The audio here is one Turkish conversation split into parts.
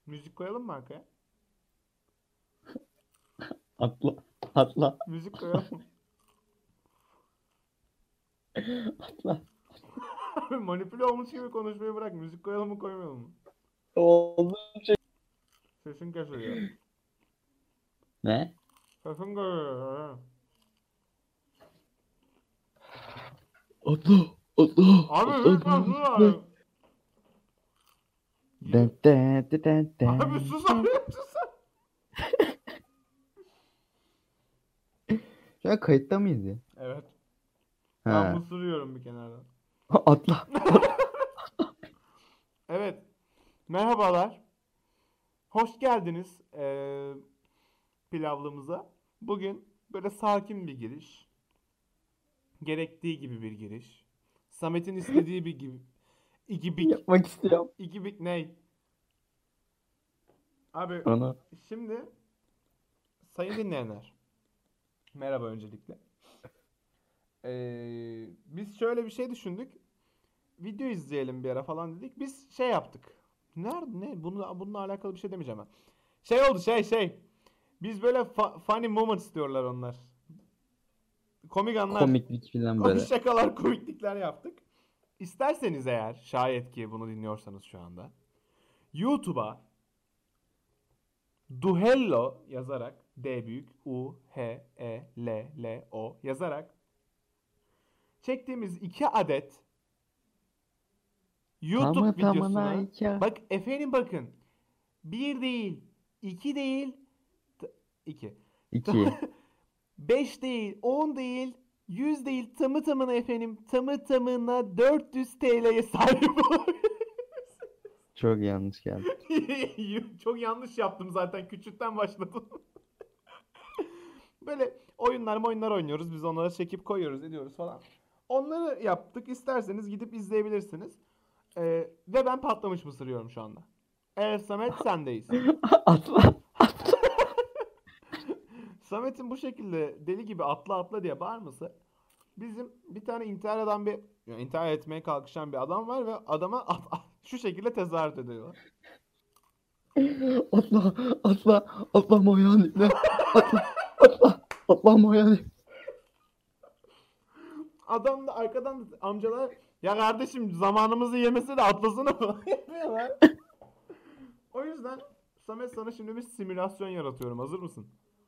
Müzik koyalım mı arkaya? Atla. Atla. Müzik koyalım. Atla. Abi manipüle olmuş gibi konuşmayı bırak. Müzik koyalım mı koymayalım mı? Oldu. Sesin kesiliyor. Ne? Sesin kesiliyor. Atla. Atla. Abi Atla. müzik kesiliyor. Den, den, den, Abi den, sus den. abi sus. Şu an kayıtta mıyız ya? Evet. Ben Ha. mısırıyorum bir kenardan. Atla. Atla. Evet. Merhabalar. Hoş geldiniz pilavlımıza. Bugün böyle sakin bir giriş. Gerektiği gibi bir giriş. Samet'in istediği bir gibi. İgibik. Yapmak istiyorum. İgibik ney? Abi Onu. şimdi sayın dinleyenler. Merhaba öncelikle. Biz şöyle bir şey düşündük. Video izleyelim bir ara falan dedik. Biz şey yaptık. Nerede ne? Bununla alakalı bir şey demeyeceğim ben. Şey oldu şey. Biz böyle funny moments diyorlar onlar. Komik anlar, Komiklik falan böyle. şakalar, komiklikler yaptık. İsterseniz eğer şayet ki bunu dinliyorsanız şu anda YouTube'a Duhello yazarak D büyük U H E L L O yazarak çektiğimiz 2 adet Tamı YouTube tamına videosunu iki. bak efendim bakın bir değil 2 değil 2 İki. 5 değil 10 değil 100 değil tamı tamına efendim tamı tamına 400 TL'ye sahip olabilirsiniz. Çok yanlış geldi. Çok yanlış yaptım zaten küçükten başladım. Böyle oyunlar oynuyoruz. Biz onları çekip koyuyoruz, ediyoruz falan. Onları yaptık. İsterseniz gidip izleyebilirsiniz. Ve ben patlamış mısır yiyorum şu anda. Evet Samet sendeyiz. Atla. Samet'in bu şekilde deli gibi atla atla diye bağırması bizim bir tane intihar eden bir yani intihar etmeye kalkışan bir adam var ve adama şu şekilde tezahürat ediyorlar. Atla. Atla. Atla Moyan ne? Atla. Atla. Atla Moyan. Adam da arkadan da amcalar ya kardeşim zamanımızı yemesi de atlasana falan yapıyorlar. O yüzden Samet sana şimdi bir simülasyon yaratıyorum. Hazır mısın?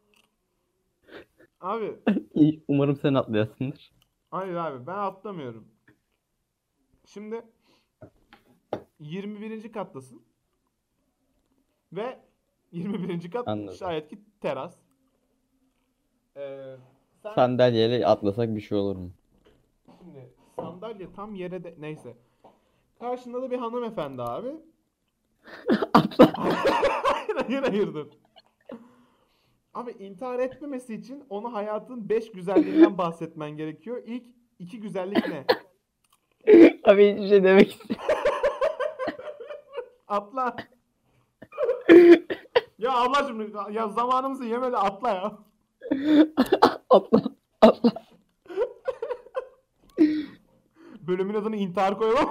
Abi, Umarım sen atlayasındır. hayır abi ben atlamıyorum. Şimdi 21. kattasın ve 21. kat Anladım. şayet ki teras. Ee, sen Sandalyeyle atlasak bir şey olur mu? şimdi sandalye tam yere de neyse. Karşında da bir hanımefendi abi. Hayır dur. Abi intihar etmemesi için ona hayatın 5 güzelliğinden bahsetmen gerekiyor. İlk 2 güzellik ne? Abi hiçbir şey demek istemiyorum. Atla. Ya ablacım ya zamanımızı yemedi atla ya. Atla. Atla. Bölümün adını intihar koyalım.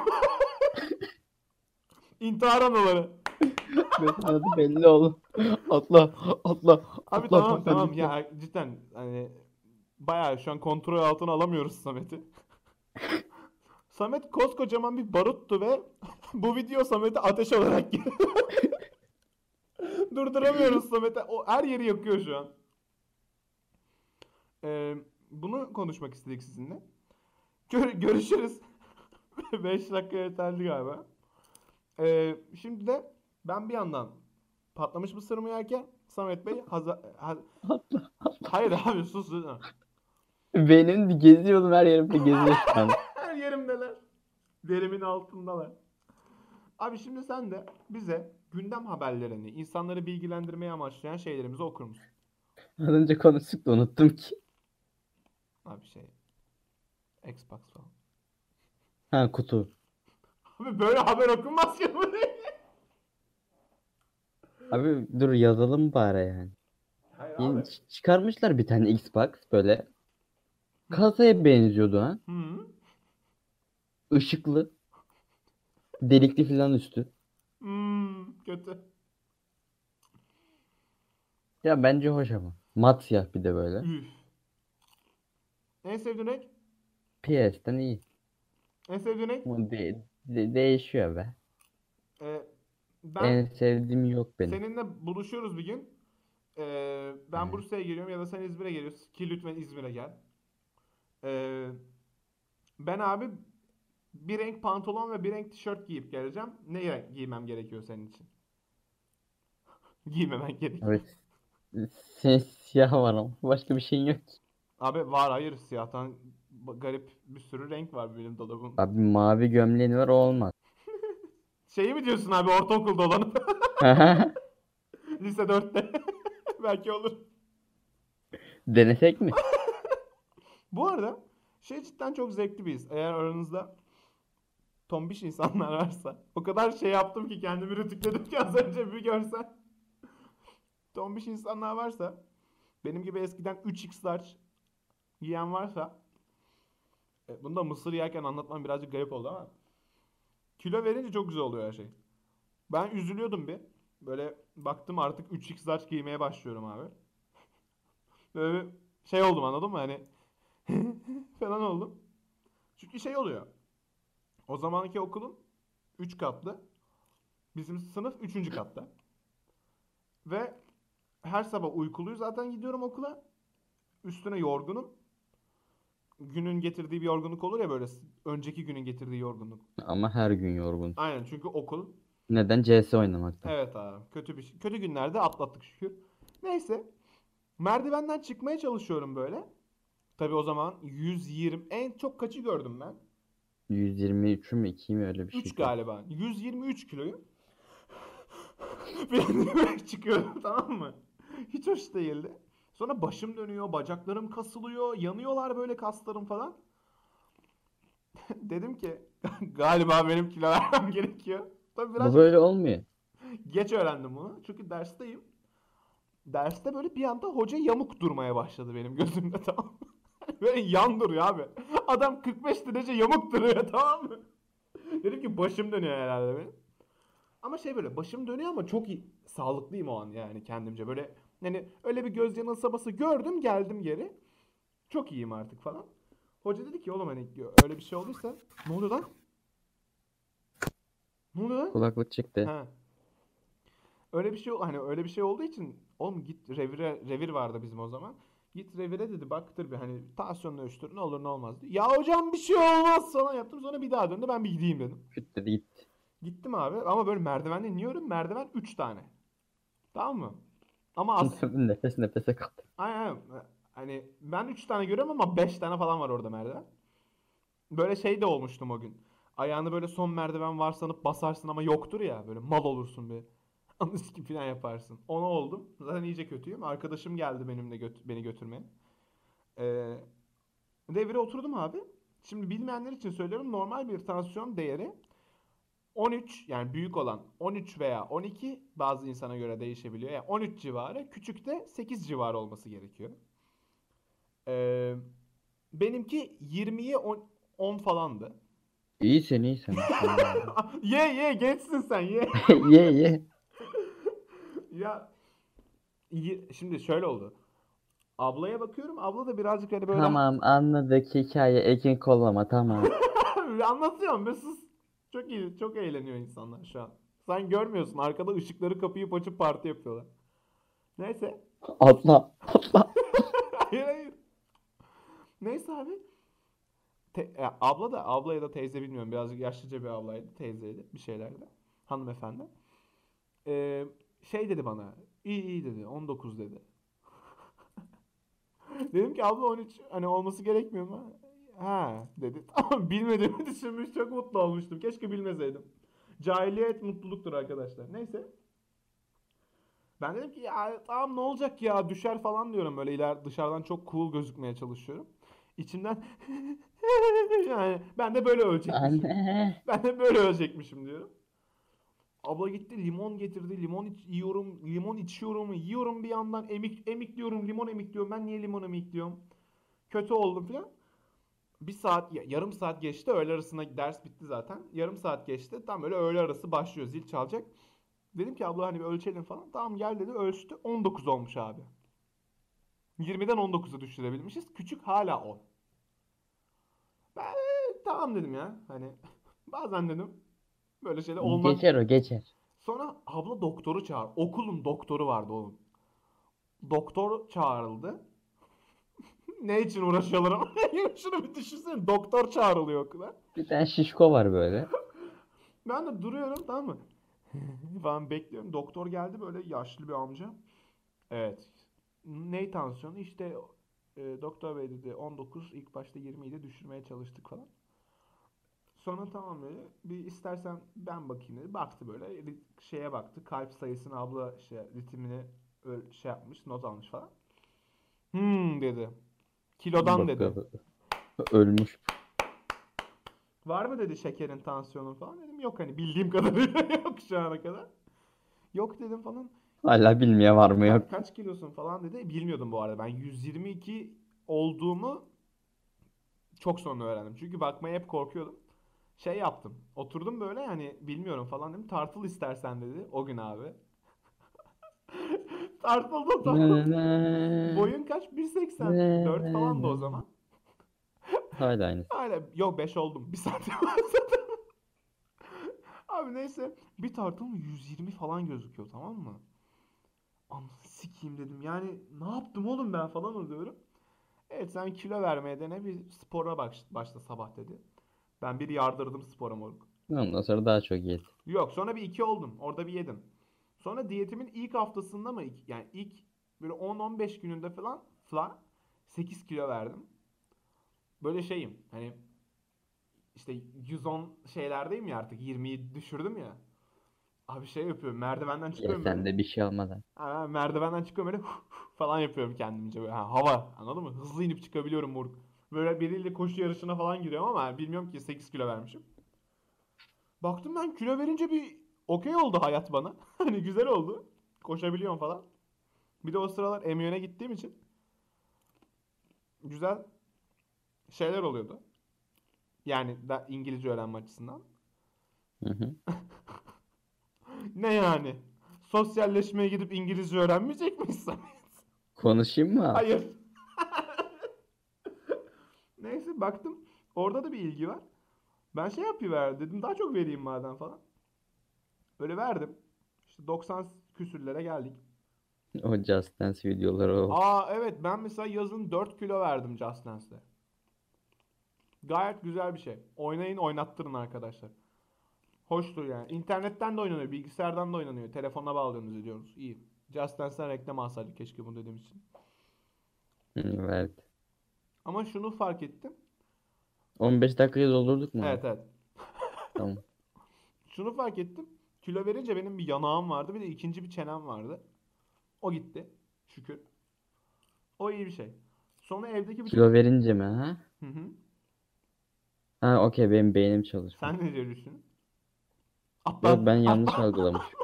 İntihar anıları. Benim adı belli oğlum. Atla. Atla. Abi Atla benden tamam lütfen. ya cidden hani bayağı şu an kontrol altına alamıyoruz Samet'i. Samet koskocaman bir baruttu ve bu video Samet'e ateş olarak geliyor. Durduramıyoruz Samet'e. O her yeri yakıyor şu an. Ee, bunu konuşmak istedik sizinle. Görüşürüz. 5 dakika yeterli galiba. Şimdi de ben bir yandan patlamış mısırımı yerken Samet Bey Atla. hayır abi sus. Benim geziyordum, her yerimde geziyor şu an. Her yerimdeler. Derimin altındalar. Abi şimdi sen de bize gündem haberlerini, insanları bilgilendirmeye amaçlayan şeylerimizi okur musun? Az önce konuştuk da unuttum ki. Abi şey, Xbox falan. Ha, kutu. Abi böyle haber okunmaz ki bu. Abi dur yazalım bari yani. Hayır Yeni abi. çıkarmışlar bir tane Xbox böyle. Kasaya benziyordu ha. Hı. Işıklı. Delikli falan üstü. Kötü. Ya bence hoş ama. Mat siyah bir de böyle. Üf. En sevdiğin renk? PS'ten iyi. En sevdiğin renk? Bu değişiyor be. Ee, ben En sevdiğim yok benim. seninle buluşuyoruz bir gün. Ben He. Bursa'ya geliyorum ya da sen İzmir'e geliyorsun. Ki lütfen İzmir'e gel. Ee, ben abi bir renk pantolon ve bir renk tişört giyip geleceğim. Ne renk giymem gerekiyor senin için? Giymemen gerekiyor. Evet. Senin siyah var ama başka bir şeyin yok ki. Abi var, hayır, siyahtan garip bir sürü renk var benim dolabımda. Abi mavi gömleğin var o olmaz. Şeyi mi diyorsun abi, ortaokulda olanı? Lise 4'te. Belki olur. Denesek mi? Bu arada şey cidden çok zevkli bir his. Eğer aranızda tombiş insanlar varsa. O kadar şey yaptım ki kendimi rütükledim ki az önce bir görsen. Tombiş insanlar varsa. Benim gibi eskiden 3x large yiyen varsa. Bunu da mısır yerken anlatmam birazcık garip oldu ama. Kilo verince çok güzel oluyor her şey. Ben üzülüyordum bir. Böyle baktım artık 3x large giymeye başlıyorum abi. Böyle bir şey oldum, anladın mı? Hani falan oldum. Çünkü şey oluyor. O zamanki okulum 3 katlı. Bizim sınıf üçüncü katta. Ve her sabah uykuluyuz zaten, gidiyorum okula. Üstüne yorgunum. Günün getirdiği bir yorgunluk olur ya, böyle önceki günün getirdiği yorgunluk. Ama her gün yorgun. Aynen, çünkü okul. Neden? CS oynamaktan. Evet abi, kötü bir şey. Kötü günlerde atlattık şükür. Neyse, merdivenden çıkmaya çalışıyorum böyle. Tabii o zaman 120, en çok kaçı gördüm ben? 123 mü 2 mi öyle bir 3 şey gördüm. galiba. 123 kiloyu. Ben çıkıyorum, tamam mı? Hiç hoş değildi. Sonra başım dönüyor, bacaklarım kasılıyor, yanıyorlar böyle kaslarım falan. Dedim ki galiba benim kilo vermem gerekiyor. Tabii Bu birazcık böyle olmuyor. geç öğrendim bunu. Çünkü dersteyim. Derste böyle bir anda hoca yamuk durmaya başladı benim gözümde, tamam mı? Böyle yan duruyor abi. Adam 45 derece yamuk duruyor, tamam mı? Dedim ki başım dönüyor herhalde benim. Ama şey, böyle başım dönüyor ama çok iyi, sağlıklıyım o an yani kendimce. Böyle hani öyle bir göz yanılsaması gördüm, geldim geri. Çok iyiyim artık falan. Hoca dedi ki oğlum, hani diyor, öyle bir şey olduysa ne oluyor lan? Ne oluyor lan? Kulaklık çıktı. Ha. Öyle bir şey, hani öyle bir şey olduğu için oğlum git revire, revir vardı bizim o zaman. Git revire dedi, baktır bir, hani tansiyonunu ölçtür, ne olur ne olmaz diye. Ya hocam bir şey olmaz falan yaptım, sonra bir daha döndü, ben bir gideyim dedim. Küt dedi gitti. Gittim abi ama böyle merdivenden iniyorum, merdiven 3 tane. Tamam mı? Ama as Nefes nefese kaldı. aynen, hani ben 3 tane görüyorum ama 5 tane falan var orada merdiven. Böyle şey de olmuştum o gün. Ayağını böyle son merdiven var sanıp basarsın ama yoktur ya. Böyle mal olursun bir. Anladın ki falan yaparsın. Ona oldum. Zaten iyice kötüyüm. Arkadaşım geldi benimle beni götürmeye. Ee, devire oturdum abi. Şimdi bilmeyenler için söylüyorum. Normal bir tansiyon değeri 13, yani büyük olan 13 veya 12, bazı insana göre değişebiliyor. Yani 13 civarı, küçük de 8 civarı olması gerekiyor. Ee, benimki 20'ye 10 falandı. İyisin iyisin. Bir şey olmadı. Ye gençsin sen, ye. Ye ye. Ya şimdi şöyle oldu. Ablaya bakıyorum. Abla da birazcık hani böyle Tamam anladık hikaye Ekin kollama tamam. anlatıyorum be, sus. Çok iyi, çok eğleniyor insanlar şu an. Sen görmüyorsun. Arkada ışıkları kapayıp açıp parti yapıyorlar. Neyse. Atla atla. Hayır. Neyse abi. Abla da, abla ya da teyze bilmiyorum. Birazcık yaşlıca bir ablaydı. Teyzeydi. Bir şeylerdi. Hanımefendi. Şey dedi bana. İyi iyi dedi. 19 dedi. Dedim ki abla 13 hani olması gerekmiyor mu? Ha dedi. Tamam, bilmediğimi düşünmüş, çok mutlu olmuştum. Keşke bilmeseydim. Cahiliyet mutluluktur arkadaşlar. Neyse. Ben dedim ki ya tamam, ne olacak ya, düşer falan diyorum, böyle dışarıdan çok cool gözükmeye çalışıyorum. İçimden yani ben de böyle ölecekmişim. Anne. Ben de böyle ölecekmişim diyorum. Abla gitti limon getirdi. Yiyorum, limon içiyorum, yiyorum bir yandan, emikliyorum, limon emikliyorum. Ben niye limon emikliyorum? Kötü oldum falan. Bir saat, yarım saat geçti. Öğle arasında ders bitti zaten. Yarım saat geçti. Tam öyle öğle arası başlıyor. Zil çalacak. Dedim ki abla hani bir ölçelim falan. Tamam gel dedi, ölçtü. 19 olmuş abi. 20'den 19'a düşürebilmişiz. Küçük hala 10. Ben tamam dedim ya. Hani bazen dedim böyle şeyler olmak. Geçer o geçer. Sonra abla doktoru çağır. Okulun doktoru vardı oğlum. Doktor çağrıldı. Ne için uğraşıyorlar ama? Şunu bir düşünsene. Doktor çağrılıyor okula. Bir tane şişko var böyle. Ben de duruyorum, tamam mı? Falan bekliyorum. Doktor geldi, böyle yaşlı bir amca. Evet. Ney tansiyonu? İşte doktor bey dedi 19, ilk başta 20 ile düşürmeye çalıştık falan. Sonra tamam dedi. Bir istersen ben bakayım dedi. Baktı böyle, şeye baktı. Kalp sayısını abla şey ritmini şey yapmış, not almış falan. Dedi. Kilodan Bak dedi. ölmüş. Var mı dedi şekerin, tansiyonun falan, dedim yok hani bildiğim kadarıyla yok şu ana kadar. Yok dedim falan. Hala bilmeye var mı yok. Kaç kilosun falan dedi. Bilmiyordum bu arada. Ben 122 olduğumu çok sonra öğrendim. Çünkü bakmaya hep korkuyordum. Şey yaptım. Oturdum böyle, hani bilmiyorum falan dedim. Tartıl istersen dedi. O gün abi. Tartıldım, tamam. Boyun kaç? 1.84 falan da o zaman. Hala aynısı. Hala yok, 5 oldum. Bir santim. Abi neyse. Bir tartılım 120 falan gözüküyor, tamam mı? Anasını sikeyim dedim. Yani ne yaptım oğlum ben falan oluyorum. Evet sen kilo vermeye dene, bir spora başla sabah dedi. Ben bir yardırdım spora moruk. Ondan sonra daha çok yedi. Yok, sonra bir iki oldum. Orada bir yedim. Sonra diyetimin ilk haftasında mı, yani ilk böyle 10-15 gününde falan 8 kilo verdim. Böyle şeyim hani, işte 110 şeylerdeyim ya, artık 20'yi düşürdüm ya. Abi şey yapıyorum, merdivenden Ya çıkıyorum sen böyle. de bir şey olmadan. Ha, merdivenden çıkıyorum böyle falan yapıyorum kendimce böyle. Ha, hava, anladın mı? Hızlı inip çıkabiliyorum moruk. Böyle biriyle koşu yarışına falan giriyorum ama bilmiyorum ki 8 kilo vermişim. Baktım ben kilo verince bir okey oldu hayat bana. Hani güzel oldu. Koşabiliyorum falan. Bir de o sıralar Eminönü'ne gittiğim için güzel şeyler oluyordu. Yani da İngilizce öğrenme açısından. Hı hı. Ne yani? Sosyalleşmeye gidip İngilizce öğrenmeyecek miyiz Samet? Konuşayım mı? Hayır. Neyse baktım orada da bir ilgi var. Ben şey yapıver dedim, daha çok vereyim madem falan. Öyle verdim. İşte 90 küsürlere geldik. O Just Dance videoları o. Aa evet, ben mesela yazın 4 kilo verdim Just Dance'de. Gayet güzel bir şey. Oynayın, oynattırın arkadaşlar. Hoştur yani. İnternetten de oynanıyor, bilgisayardan da oynanıyor. Telefona bağlıyorsunuz, ediyoruz. İyi. Just Dance'den reklam alsaydık keşke bunu dediğim için. Hı, evet. Ama şunu fark ettim. 15 dakikayı doldurduk mu abi? Evet evet. Tamam. Şunu fark ettim. Kilo verince benim bir yanağım vardı. Bir de ikinci bir çenem vardı. O gitti. Şükür. O iyi bir şey. Sonra evdeki Kilo bütün... verince mi ha? Hı hı. Ha okey benim beynim çalışmıyor. Sen ne diyorsun? Yok Atlan. ben yanlış Atlan. algılamışım.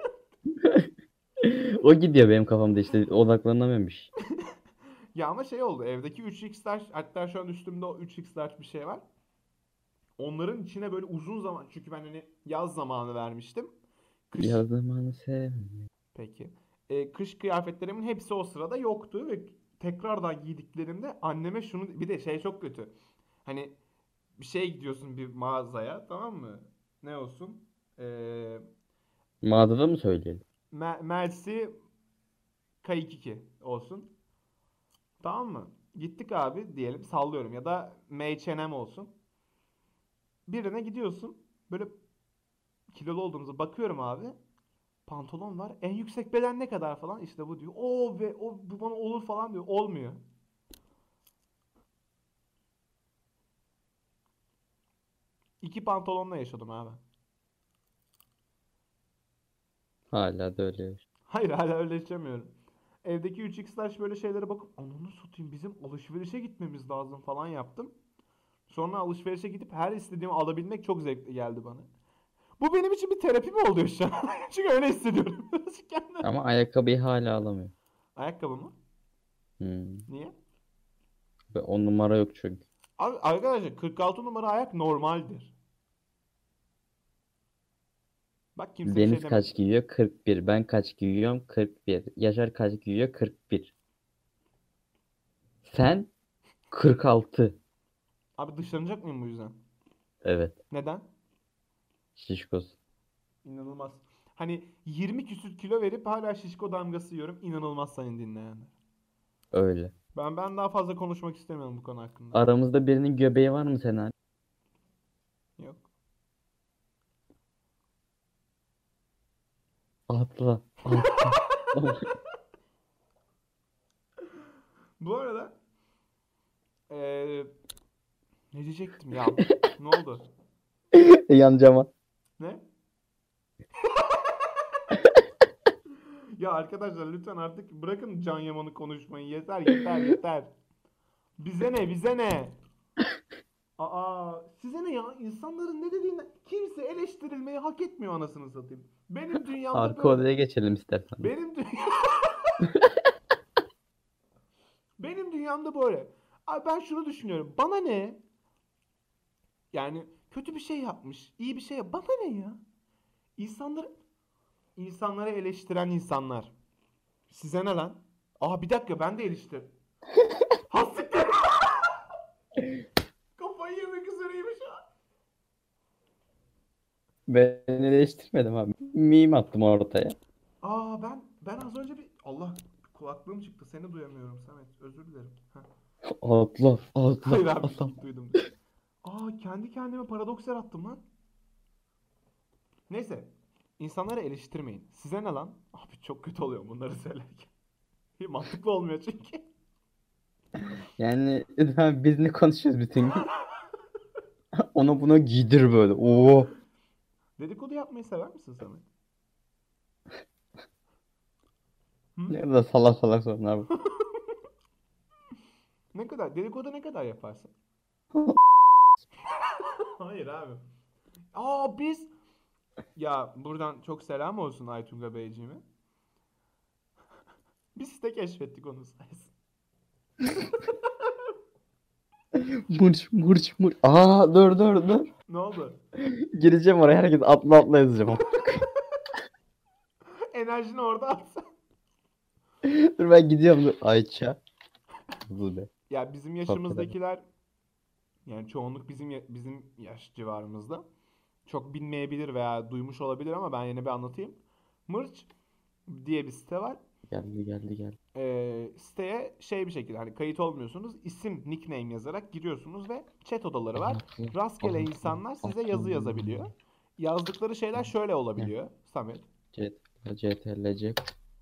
O gidiyor benim kafamda işte odaklanamamış. Ya ama şey oldu. Evdeki 3x large, hatta şu an üstümde o 3x large bir şey var. Onların içine böyle uzun zaman, çünkü ben hani yaz zamanı vermiştim. Kış, Ya zamanı sevmiyorum. peki. Kış kıyafetlerimin hepsi o sırada yoktu ve tekrardan giydiklerimde anneme şunu, bir de şey çok kötü. Hani bir şeye gidiyorsun bir mağazaya, tamam mı? Ne olsun? Ee, Mağazada mı söyleyelim? Mersi K22 olsun. Tamam mı? Gittik abi diyelim, sallıyorum, ya da H&M olsun. Birine gidiyorsun. Böyle kilolu olduğumuza bakıyorum abi. Pantolon var. En yüksek beden ne kadar falan, işte bu diyor. O ve o bu bana olur falan diyor. Olmuyor. İki pantolonla yaşadım abi. Hala da öyle. Hayır, hala öyle yaşamıyorum. Evdeki 3x'ler böyle şeylere bakıp ananı satayım, bizim alışverişe gitmemiz lazım falan yaptım. Sonra alışverişe gidip her istediğimi alabilmek çok zevkli geldi bana. Bu benim için bir terapi mi oluyor şu an? Çünkü öyle hissediyorum. Kendimi. Ama ayakkabıyı hala alamıyor. Ayakkabı mı? Hmm. Niye? Ve 10 numara yok çünkü. Abi arkadaşlar, 46 numara ayak normaldir. Bak kimse bir şey Deniz demedi. kaç giyiyor? 41. Ben kaç giyiyorum? 41. Yaşar kaç giyiyor? 41. Sen 46. Abi dışlanacak mıyım bu yüzden? Evet. Neden? Şişkoz. İnanılmaz. Hani 20 küsür kilo verip hala şişko damgası yiyorum. İnanılmaz sayın dinleyenler. Öyle. Ben daha fazla konuşmak istemiyorum bu konu hakkında. Aramızda birinin göbeği var mı Sena? Yok. Atla. Atla. Bu arada eee, ne diyecektim ya? Ne oldu? Yan cama. Ne? Ya arkadaşlar lütfen artık bırakın Can Yaman'ı konuşmayı. Yeter yeter yeter. Bize ne bize ne? Aa size ne ya? İnsanların ne dediğinden kimse eleştirilmeyi hak etmiyor anasını satayım. Benim dünyamda Arka böyle. odaya geçelim istersen. Benim dü- benim dünyamda böyle. Abi ben şunu düşünüyorum. Bana ne? Yani kötü bir şey yapmış, iyi bir şey yap. Bana ne ya? İnsanları eleştiren insanlar. Size ne lan? Aa bir dakika ben de eleştir. Hassiktir. Kafayı yemek üzereymiş ha. Ben eleştirmedim abi. Meme attım ortaya. Aa ben az önce bir Allah kulaklığım çıktı. Seni duyamıyorum Samet. Özür dilerim. Heh. Atla. Atla. Hayır abi Atla. duydum. Aa kendi kendime paradoks yarattım lan. Neyse. İnsanları eleştirmeyin. Size ne lan? Abi çok kötü oluyor bunları söylerken. Mantıklı olmuyor çünkü. Yani biz ne konuşuyoruz bütün gün? Ona buna giydir böyle. Oo. Dedikodu yapmayı sever misin Samet? Hı? Ne kadar salak salak sorular bu. Ne kadar? Dedikodu ne kadar yaparsın? Hayır abi. Aa biz ya buradan çok selam olsun Aytunga Beyciğime. Biz site keşfettik onun sayesinde. Mırç mırç mırç. Aa dur dur dur. Ne oldu? Gireceğim oraya herkes atla atla yazacağım. Enerjini orada atsan. Dur ben gidiyorum dur. Ayça. Hızlı be. Ya bizim Sohbet edelim. yaşımızdakiler yani çoğunluk bizim yaş civarımızda. Çok bilmeyebilir veya duymuş olabilir ama ben yine bir anlatayım. Merch diye bir site var. Geldi geldi geldi. Siteye şey bir şekilde hani kayıt olmuyorsunuz. İsim, nickname yazarak giriyorsunuz ve chat odaları var. Atla Rastgele atla insanlar size atla. yazı yazabiliyor. Yazdıkları şeyler şöyle Gel. olabiliyor. Samet. CTRL-C.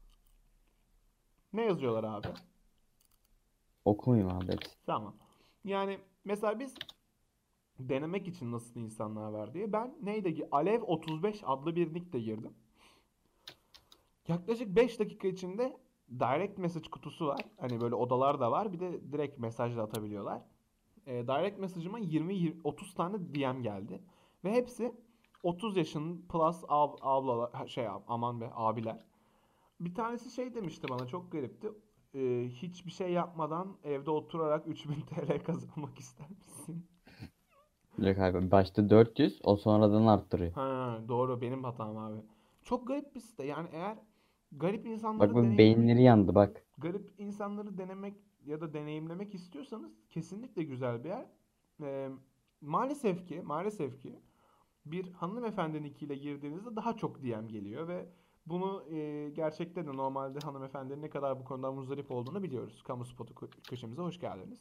Ne yazıyorlar abi? Okumayayım abi hepsi. Tamam. Yani mesela biz denemek için nasıl insanlar var diye ben neydi Alev 35 adlı bir nick de girdim. Yaklaşık 5 dakika içinde direct message kutusu var. Hani böyle odalar da var. Bir de direkt mesaj da atabiliyorlar. Direct mesajıma 20-30 tane DM geldi. Ve hepsi 30 yaşın plus ablalar şey aman be abiler. Bir tanesi şey demişti bana çok garipti. Hiçbir şey yapmadan evde oturarak 3000 TL kazanmak ister misin? Yok abi başta 400 o sonradan arttırıyor. Ha, doğru benim hatam abi. Çok garip bir site. Yani eğer garip Bak insanları bak deneyimlemek beyinleri yandı bak. garip insanları denemek ya da deneyimlemek istiyorsanız kesinlikle güzel bir yer. Ee, maalesef ki bir hanımefendi nickiyle girdiğinizde daha çok DM geliyor ve bunu gerçekten de normalde hanımefendinin ne kadar bu konudan muzdarip olduğunu biliyoruz. Kamu spotu köşemize hoş geldiniz.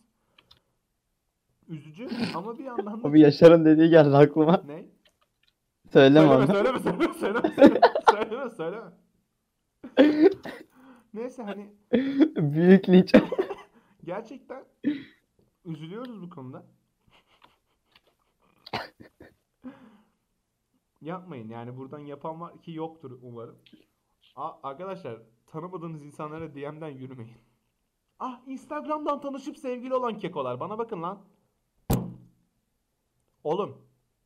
Üzücü ama bir yandan da O bir Yaşar'ın dediği geldi aklıma. ne? Söyleme Söyleme onu. söyleme söyleme söyleme söyleme söyleme söyleme. Neyse hani Büyük linç. gerçekten üzülüyoruz bu konuda. Yapmayın yani buradan yapan var ki yoktur umarım. Arkadaşlar tanımadığınız insanlara DM'den yürümeyin. Ah Instagram'dan tanışıp sevgili olan kekolar bana bakın lan. Oğlum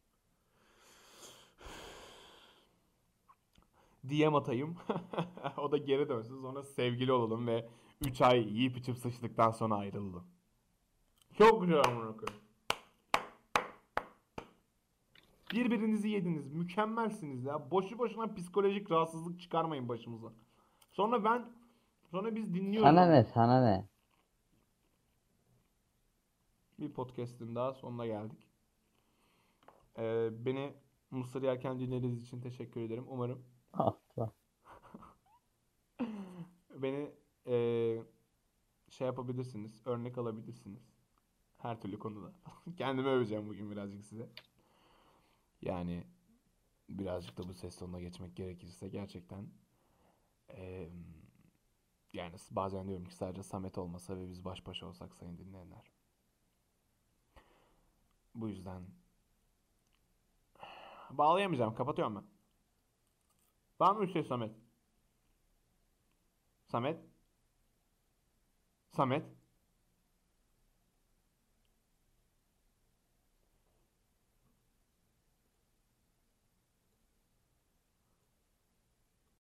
DM atayım. O da geri dönsün sonra sevgili olalım ve 3 ay yiyip içip sıçtıktan sonra ayrılalım. Çok güzel amına koyayım. Birbirinizi yediniz. Mükemmelsiniz ya. Boşu boşuna psikolojik rahatsızlık çıkarmayın başımıza. Sonra biz dinliyoruz Sana onu. ne sana ne? Bir podcast'in daha sonuna geldik. Beni mısır yerken dinlediğiniz için teşekkür ederim. Umarım Asla. beni şey yapabilirsiniz. Örnek alabilirsiniz. Her türlü konuda. Kendimi öveceğim bugün birazcık size. Yani birazcık da bu ses tonuna geçmek gerekirse gerçekten eee, yani bazen diyorum ki sadece Samet olmasa ve biz baş başa olsak sayın dinleyenler. Bu yüzden bağlayamayacağım. Kapatıyorum ben. Var mı bir şey Samet? Samet? Samet?